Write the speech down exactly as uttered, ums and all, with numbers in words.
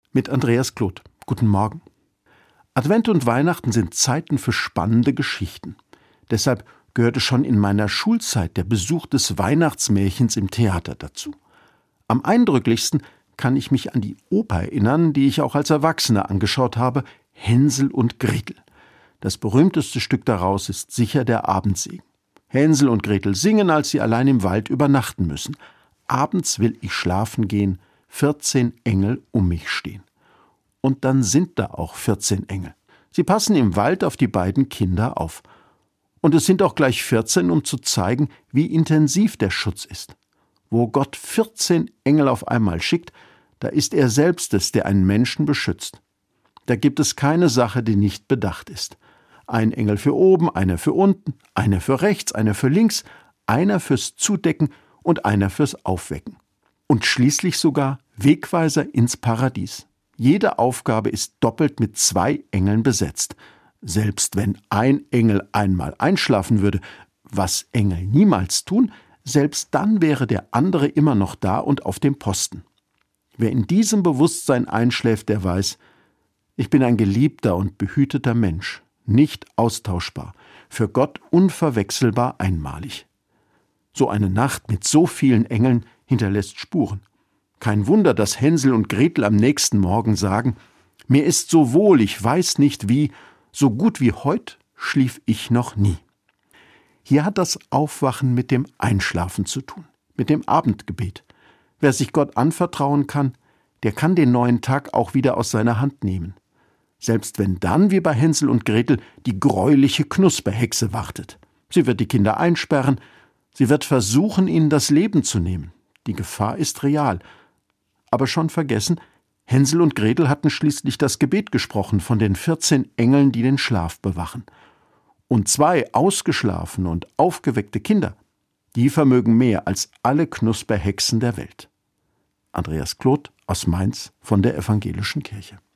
mit Andreas Kloth. Guten Morgen. Advent und Weihnachten sind Zeiten für spannende Geschichten. Deshalb gehörte schon in meiner Schulzeit der Besuch des Weihnachtsmärchens im Theater dazu. Am eindrücklichsten kann ich mich an die Oper erinnern, die ich auch als Erwachsener angeschaut habe, Hänsel und Gretel. Das berühmteste Stück daraus ist sicher der Abendsegen. Hänsel und Gretel singen, als sie allein im Wald übernachten müssen. Abends will ich schlafen gehen, vierzehn Engel um mich stehen. Und dann sind da auch vierzehn Engel. Sie passen im Wald auf die beiden Kinder auf. Und es sind auch gleich vierzehn, um zu zeigen, wie intensiv der Schutz ist. Wo Gott vierzehn Engel auf einmal schickt, da ist er selbst es, der einen Menschen beschützt. Da gibt es keine Sache, die nicht bedacht ist. Ein Engel für oben, einer für unten, einer für rechts, einer für links, einer fürs Zudecken und einer fürs Aufwecken. Und schließlich sogar Wegweiser ins Paradies. Jede Aufgabe ist doppelt mit zwei Engeln besetzt. Selbst wenn ein Engel einmal einschlafen würde, was Engel niemals tun, selbst dann wäre der andere immer noch da und auf dem Posten. Wer in diesem Bewusstsein einschläft, der weiß, ich bin ein geliebter und behüteter Mensch, nicht austauschbar, für Gott unverwechselbar einmalig. So eine Nacht mit so vielen Engeln hinterlässt Spuren. Kein Wunder, dass Hänsel und Gretel am nächsten Morgen sagen, mir ist so wohl, ich weiß nicht wie, so gut wie heut schlief ich noch nie. Hier hat das Aufwachen mit dem Einschlafen zu tun, mit dem Abendgebet. Wer sich Gott anvertrauen kann, der kann den neuen Tag auch wieder aus seiner Hand nehmen. Selbst wenn dann, wie bei Hänsel und Gretel, die greuliche Knusperhexe wartet. Sie wird die Kinder einsperren, sie wird versuchen, ihnen das Leben zu nehmen. Die Gefahr ist real. Aber schon vergessen, Hänsel und Gretel hatten schließlich das Gebet gesprochen von den vierzehn Engeln, die den Schlaf bewachen. Und zwei ausgeschlafene und aufgeweckte Kinder, die vermögen mehr als alle Knusperhexen der Welt. Andreas Kloth aus Mainz von der Evangelischen Kirche.